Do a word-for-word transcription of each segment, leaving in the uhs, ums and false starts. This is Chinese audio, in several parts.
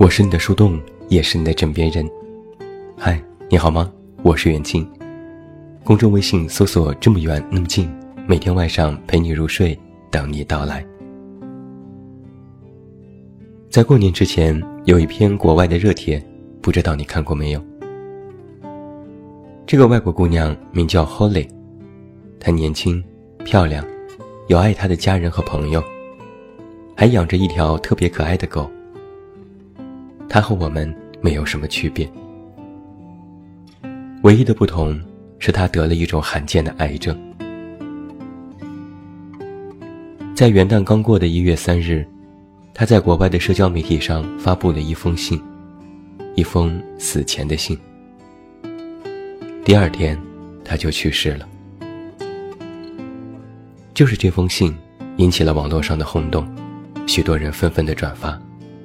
我是你的树洞，也是你的枕边人。嗨，你好吗？我是远近。公众微信搜索这么远那么近，每天晚上陪你入睡，等你到来。在过年之前，有一篇国外的热帖，不知道你看过没有？这个外国姑娘名叫 Holly， 她年轻漂亮，有爱她的家人和朋友，还养着一条特别可爱的狗。她和我们没有什么区别，唯一的不同是她得了一种罕见的癌症。在元旦刚过的一月三日，她在国外的社交媒体上发布了一封信，一封死前的信。第二天她就去世了。就是这封信引起了网络上的轰动，许多人纷纷的转发。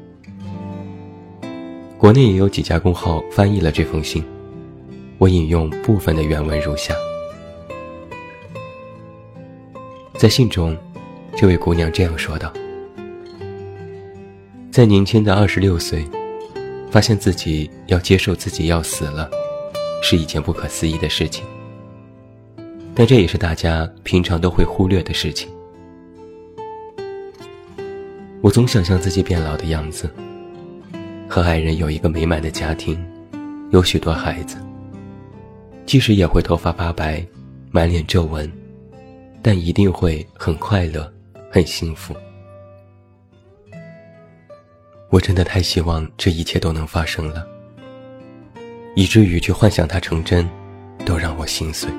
国内也有几家公号翻译了这封信，我引用部分的原文如下。在信中，这位姑娘这样说道：在年轻的二十六岁，发现自己要接受自己要死了，是一件不可思议的事情，但这也是大家平常都会忽略的事情。我总想象自己变老的样子，和爱人有一个美满的家庭，有许多孩子，即使也会头发发白，满脸皱纹，但一定会很快乐，很幸福。我真的太希望这一切都能发生了，以至于去幻想它成真，都让我心碎。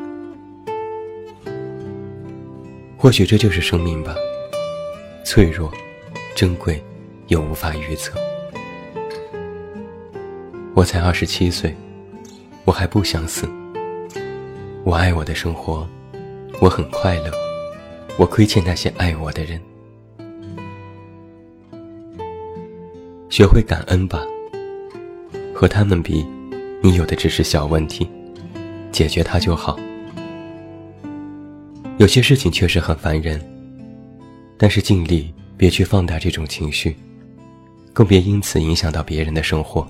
或许这就是生命吧，脆弱、珍贵，又无法预测。我才二十七岁，我还不想死。我爱我的生活，我很快乐，我亏欠那些爱我的人。学会感恩吧，和他们比，你有的只是小问题，解决它就好。有些事情确实很烦人，但是尽力别去放大这种情绪，更别因此影响到别人的生活。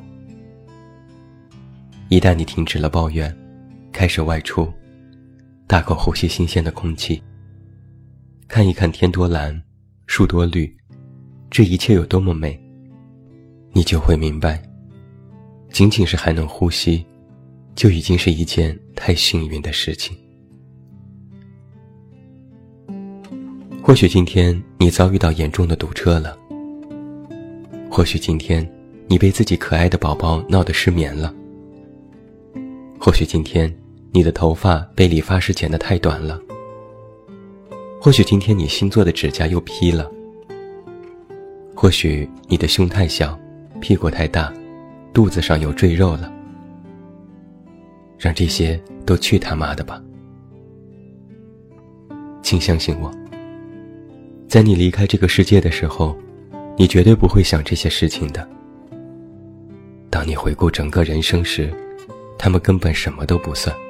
一旦你停止了抱怨，开始外出，大口呼吸新鲜的空气，看一看天多蓝，树多绿，这一切有多么美，你就会明白，仅仅是还能呼吸，就已经是一件太幸运的事情。或许今天你遭遇到严重的堵车了，或许今天你被自己可爱的宝宝闹得失眠了，或许今天你的头发被理发师剪得太短了，或许今天你新做的指甲又劈了，或许你的胸太小，屁股太大，肚子上有赘肉了。让这些都去他妈的吧。请相信我，在你离开这个世界的时候，你绝对不会想这些事情的。当你回顾整个人生时，他们根本什么都不算。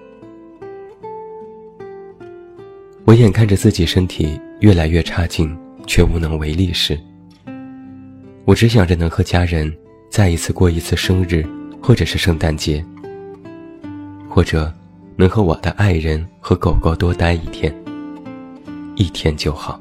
我眼看着自己身体越来越差劲，却无能为力时，我只想着能和家人再一次过一次生日，或者是圣诞节，或者能和我的爱人和狗狗多待一天，一天就好。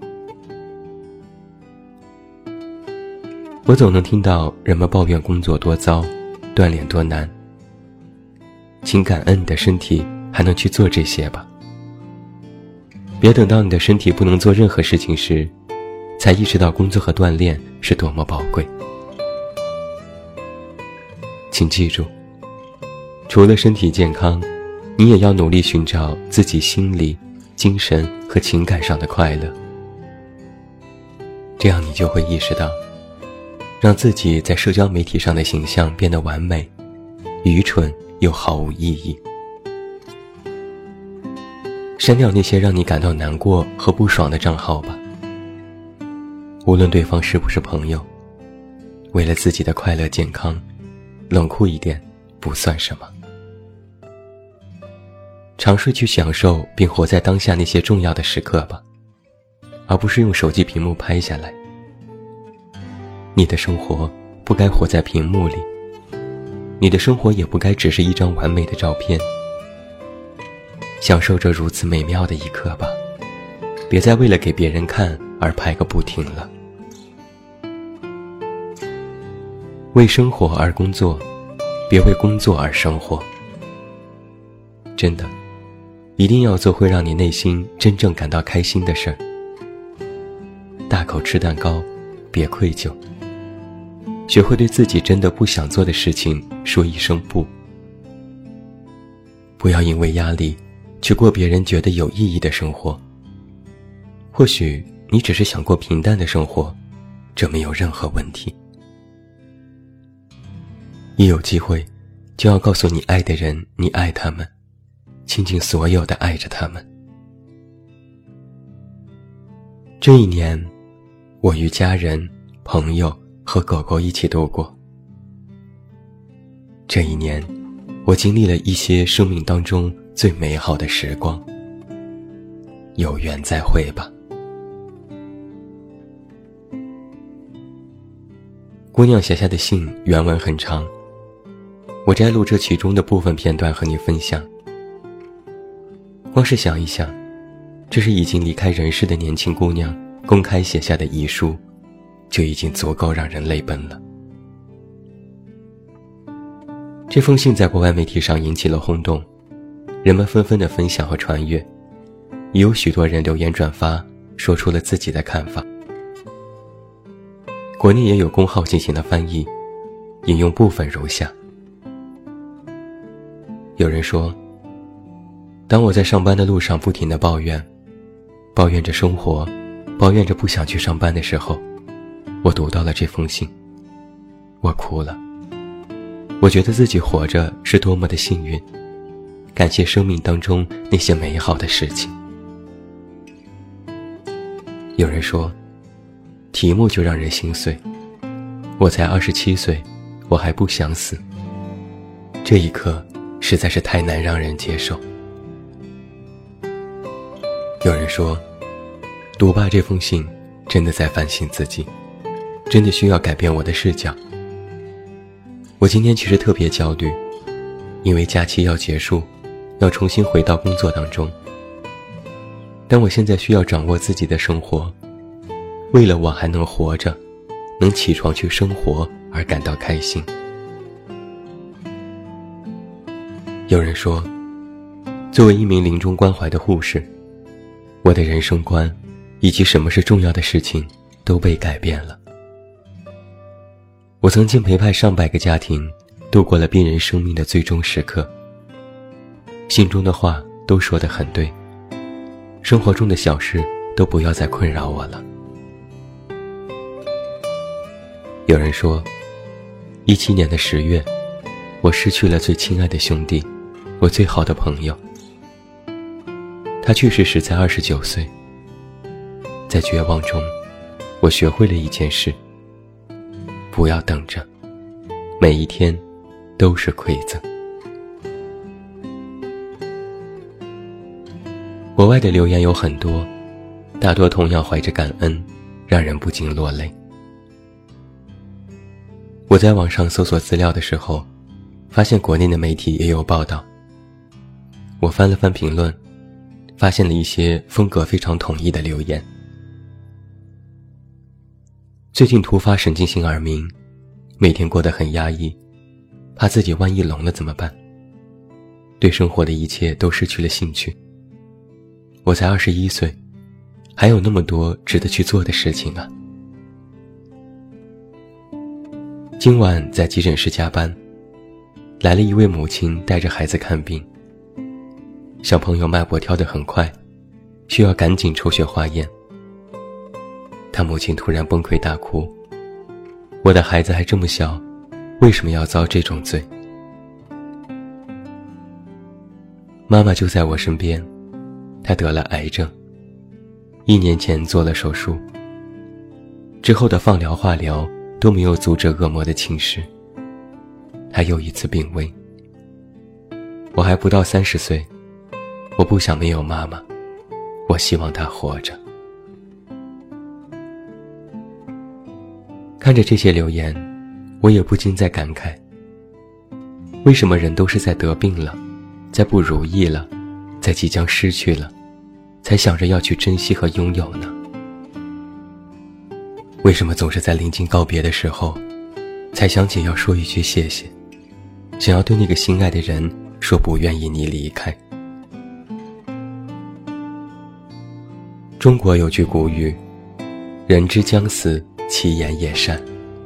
我总能听到人们抱怨工作多糟，锻炼多难，请感恩你的身体还能去做这些吧。别等到你的身体不能做任何事情时，才意识到工作和锻炼是多么宝贵。请记住，除了身体健康，你也要努力寻找自己心理、精神和情感上的快乐。这样你就会意识到，让自己在社交媒体上的形象变得完美，愚蠢又毫无意义。删掉那些让你感到难过和不爽的账号吧。无论对方是不是朋友，为了自己的快乐健康，冷酷一点不算什么。尝试去享受并活在当下那些重要的时刻吧，而不是用手机屏幕拍下来。你的生活不该活在屏幕里，你的生活也不该只是一张完美的照片。享受着如此美妙的一刻吧，别再为了给别人看而拍个不停了。为生活而工作，别为工作而生活。真的，一定要做会让你内心真正感到开心的事儿。大口吃蛋糕，别愧疚。学会对自己真的不想做的事情说一声不。不要因为压力去过别人觉得有意义的生活。或许你只是想过平淡的生活，这没有任何问题。一有机会，就要告诉你爱的人你爱他们，倾尽所有的爱着他们。这一年，我与家人、朋友和狗狗一起度过。这一年，我经历了一些生命当中最美好的时光。有缘再会吧。姑娘写下的信原文很长，我摘录这其中的部分片段和你分享。光是想一想，这是已经离开人世的年轻姑娘公开写下的遗书，就已经足够让人泪奔了。这封信在国外媒体上引起了轰动，人们纷纷的分享和传阅，也有许多人留言转发，说出了自己的看法。国内也有公号进行了翻译，引用部分如下。有人说，当我在上班的路上不停地抱怨，抱怨着生活，抱怨着不想去上班的时候，我读到了这封信，我哭了。我觉得自己活着是多么的幸运，感谢生命当中那些美好的事情。有人说，题目就让人心碎，我才二十七岁，我还不想死。这一刻实在是太难让人接受。有人说，读罢这封信，真的在反省自己，真的需要改变我的视角。我今天其实特别焦虑，因为假期要结束，要重新回到工作当中。但我现在需要掌握自己的生活，为了我还能活着，能起床去生活而感到开心。有人说，作为一名临终关怀的护士，我的人生观以及什么是重要的事情都被改变了。我曾经陪伴上百个家庭度过了病人生命的最终时刻，心中的话都说得很对，生活中的小事都不要再困扰我了。有人说，一七年的十月，我失去了最亲爱的兄弟，我最好的朋友。他去世时才二十九岁。在绝望中，我学会了一件事，不要等着，每一天都是馈赠。国外的留言有很多，大多同样怀着感恩，让人不禁落泪。我在网上搜索资料的时候，发现国内的媒体也有报道。我翻了翻评论，发现了一些风格非常统一的留言。最近突发神经性耳鸣，每天过得很压抑，怕自己万一聋了怎么办？对生活的一切都失去了兴趣。我才二十一岁，还有那么多值得去做的事情啊。今晚在急诊室加班，来了一位母亲带着孩子看病。小朋友脉搏跳得很快，需要赶紧抽血化验。他母亲突然崩溃大哭，我的孩子还这么小，为什么要遭这种罪？妈妈就在我身边，她得了癌症，一年前做了手术，之后的放疗化疗都没有阻止恶魔的侵蚀，她又一次病危。我还不到三十岁，我不想没有妈妈，我希望她活着。看着这些留言， 我也不禁在感慨，为什么人都是在得病了，在不如意了，在即将失去了，才想着要去珍惜和拥有呢？为什么总是在临近告别的时候，才想起要说一句谢谢，想要对那个心爱的人说不愿意你离开？中国有句古语，人之将死，其言也善。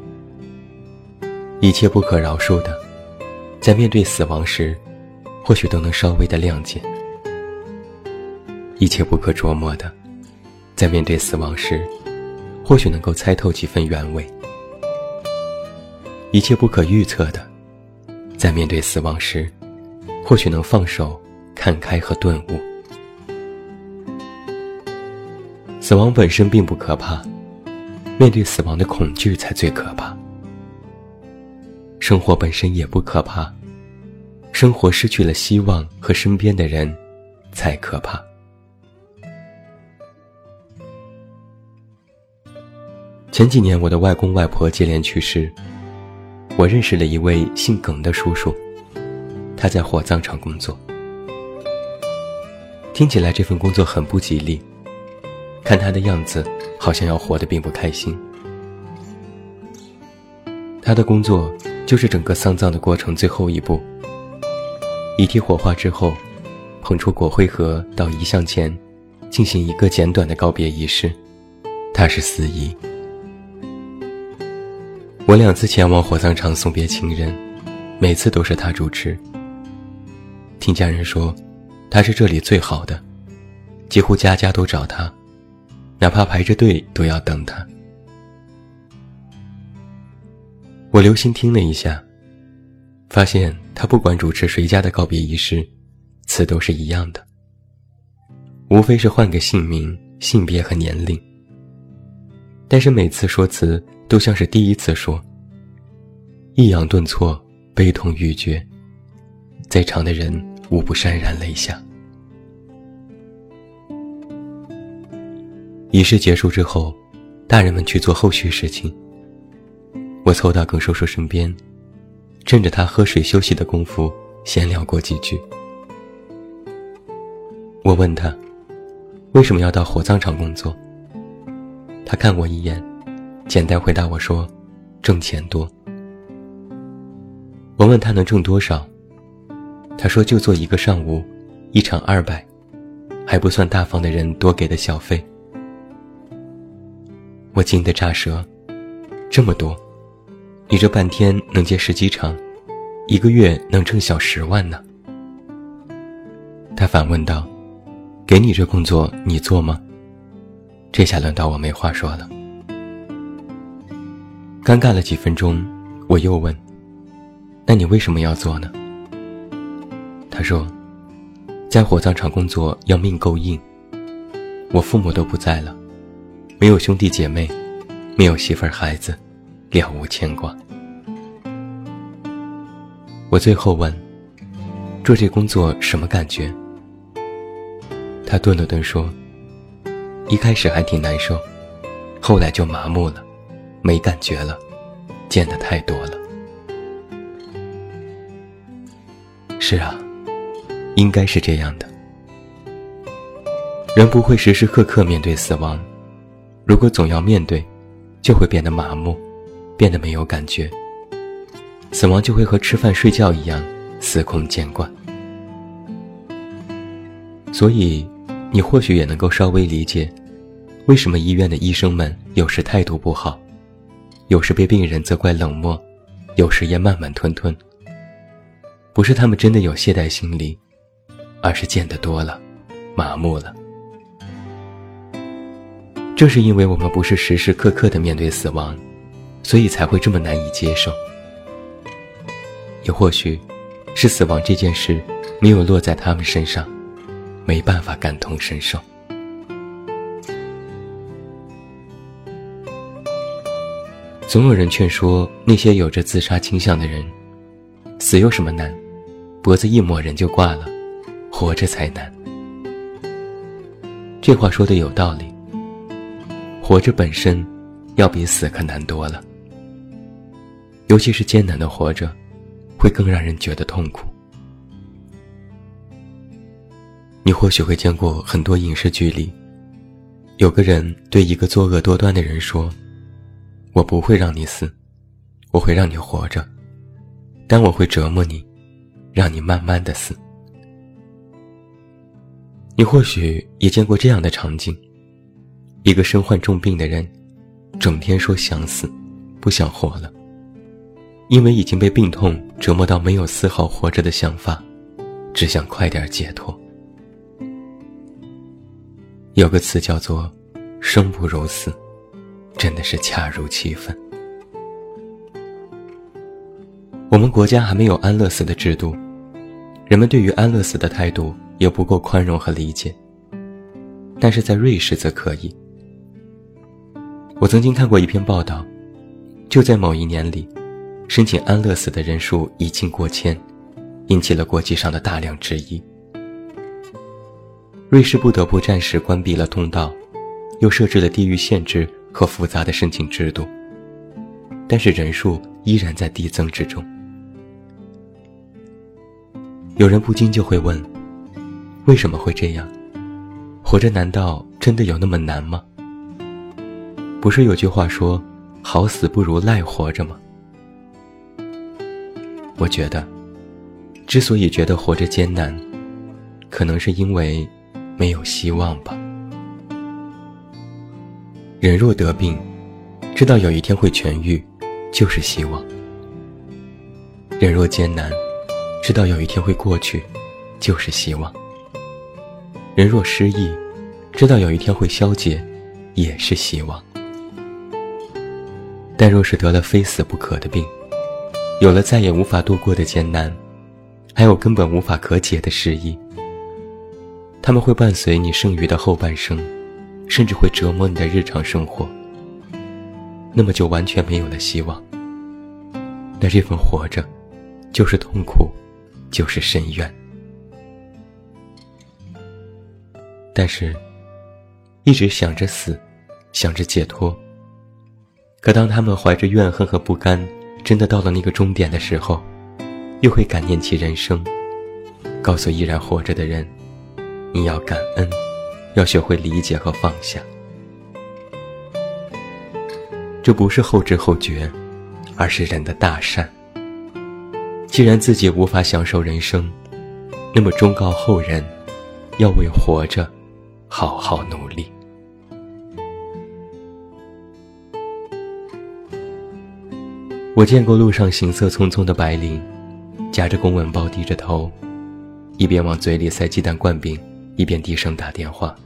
一切不可饶恕的，在面对死亡时，或许都能稍微的谅解；一切不可琢磨的，在面对死亡时，或许能够猜透几分原委；一切不可预测的，在面对死亡时，或许能放手、看开和顿悟。死亡本身并不可怕，面对死亡的恐惧才最可怕。生活本身也不可怕，生活失去了希望和身边的人才可怕。前几年我的外公外婆接连去世，我认识了一位姓耿的叔叔，他在火葬场工作。听起来这份工作很不吉利，看他的样子好像要活得并不开心。他的工作就是整个丧葬的过程最后一步，遗体火化之后，捧出骨灰盒到遗像前，进行一个简短的告别仪式。他是司仪。我两次前往火葬场送别亲人，每次都是他主持。听家人说，他是这里最好的，几乎家家都找他，哪怕排着队都要等他。我留心听了一下，发现他不管主持谁家的告别仪式，词都是一样的，无非是换个姓名、性别和年龄，但是每次说辞都像是第一次说，抑扬顿挫，悲痛欲绝，在场的人无不潸然泪下。仪式结束之后，大人们去做后续事情，我凑到耿叔叔身边，趁着他喝水休息的功夫闲聊过几句。我问他为什么要到火葬场工作，他看我一眼，简单回答我说挣钱多。我问他能挣多少，他说就做一个上午，一场二百，还不算大方的人多给的小费。我惊得炸舌，这么多，你这半天能接十几场，一个月能挣小十万呢？他反问道，给你这工作你做吗？这下轮到我没话说了。尴尬了几分钟，我又问，那你为什么要做呢？他说，在火葬场工作要命够硬，我父母都不在了，没有兄弟姐妹，没有媳妇儿孩子，了无牵挂。我最后问，做这工作什么感觉？他顿了顿说，一开始还挺难受，后来就麻木了，没感觉了，见得太多了。是啊，应该是这样的。人不会时时刻刻面对死亡，如果总要面对，就会变得麻木，变得没有感觉，死亡就会和吃饭睡觉一样司空见惯。所以你或许也能够稍微理解，为什么医院的医生们有时态度不好，有时被病人责怪冷漠，有时也慢慢吞吞。不是他们真的有懈怠心理，而是见得多了，麻木了。正是因为我们不是时时刻刻地面对死亡，所以才会这么难以接受。也或许是死亡这件事没有落在他们身上，没办法感同身受。总有人劝说那些有着自杀倾向的人，死有什么难，脖子一抹人就挂了，活着才难。这话说得有道理，活着本身要比死可难多了。 尤其是艰难的活着，会更让人觉得痛苦。你或许会见过很多影视剧里，有个人对一个作恶多端的人说，我不会让你死，我会让你活着，但我会折磨你，让你慢慢的死。你或许也见过这样的场景，一个身患重病的人，整天说想死，不想活了，因为已经被病痛折磨到没有丝毫活着的想法，只想快点解脱。有个词叫做生不如死，真的是恰如其分。我们国家还没有安乐死的制度，人们对于安乐死的态度也不够宽容和理解，但是在瑞士则可以。我曾经看过一篇报道，就在某一年里，申请安乐死的人数已经过千，引起了国际上的大量质疑。瑞士不得不暂时关闭了通道，又设置了地域限制和复杂的申请制度，但是人数依然在递增之中。有人不禁就会问，为什么会这样？活着难道真的有那么难吗？不是有句话说，好死不如赖活着吗？我觉得，之所以觉得活着艰难，可能是因为没有希望吧。人若得病，知道有一天会痊愈，就是希望。人若艰难，知道有一天会过去，就是希望。人若失意，知道有一天会消解，也是希望。但若是得了非死不可的病，有了再也无法度过的艰难，还有根本无法可解的失意，他们会伴随你剩余的后半生，甚至会折磨你的日常生活，那么就完全没有了希望。那这份活着，就是痛苦，就是深渊。但是，一直想着死，想着解脱，可当他们怀着怨恨和不甘，真的到了那个终点的时候，又会感念起人生，告诉依然活着的人，你要感恩，要学会理解和放下。这不是后知后觉，而是人的大善。既然自己无法享受人生，那么忠告后人，要为活着好好努力。我见过路上行色匆匆的白领，夹着公文包低着头，一边往嘴里塞鸡蛋灌饼，一边低声打电话。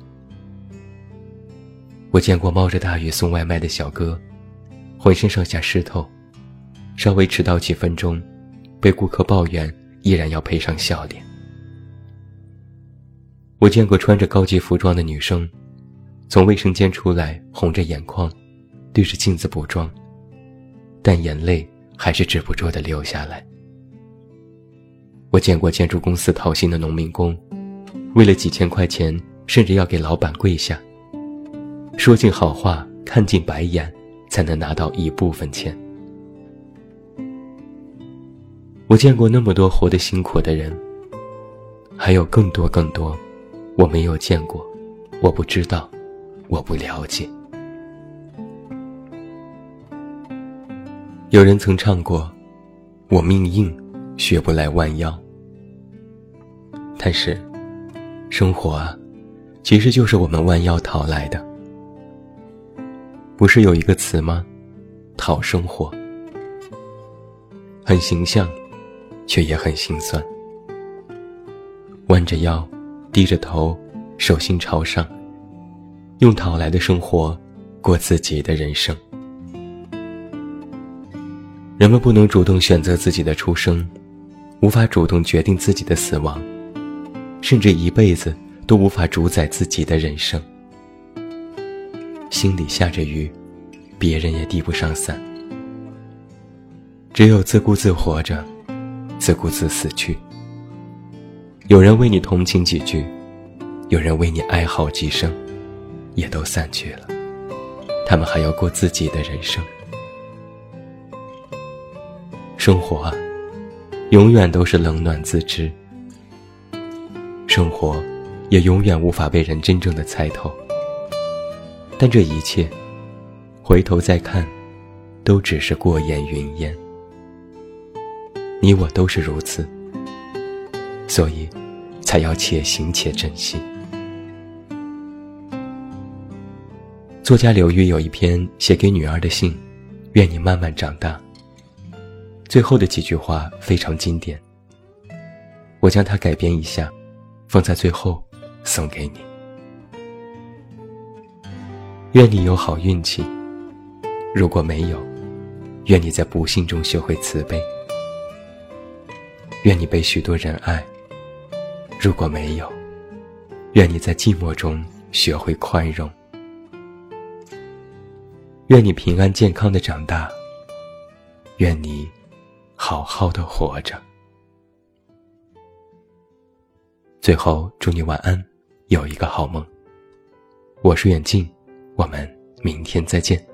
我见过冒着大雨送外卖的小哥，浑身上下湿透，稍微迟到几分钟，被顾客抱怨依然要配上笑脸。我见过穿着高级服装的女生，从卫生间出来红着眼眶，对着镜子补妆，但眼泪还是止不住地流下来。我见过建筑公司讨薪的农民工，为了几千块钱，甚至要给老板跪下，说尽好话，看尽白眼，才能拿到一部分钱。我见过那么多活得辛苦的人，还有更多更多我没有见过，我不知道，我不了解。有人曾唱过，我命硬，学不来弯腰。但是生活啊，其实就是我们弯腰讨来的。不是有一个词吗？讨生活。很形象，却也很心酸。弯着腰，低着头，手心朝上，用讨来的生活过自己的人生。人们不能主动选择自己的出生，无法主动决定自己的死亡，甚至一辈子都无法主宰自己的人生。心里下着雨，别人也递不上伞。只有自顾自活着，自顾自死去。有人为你同情几句，有人为你哀嚎几声，也都散去了。他们还要过自己的人生。 生活啊，永远都是冷暖自知，生活也永远无法被人真正的猜透。但这一切，回头再看，都只是过眼云烟。你我都是如此，所以才要且行且珍惜。作家刘瑜有一篇写给女儿的信，愿你慢慢长大。最后的几句话非常经典，我将它改编一下，放在最后送给你。愿你有好运气，如果没有，愿你在不幸中学会慈悲。愿你被许多人爱，如果没有，愿你在寂寞中学会宽容。愿你平安健康的长大，愿你好好的活着。最后祝你晚安，有一个好梦。我是远近，我们明天再见。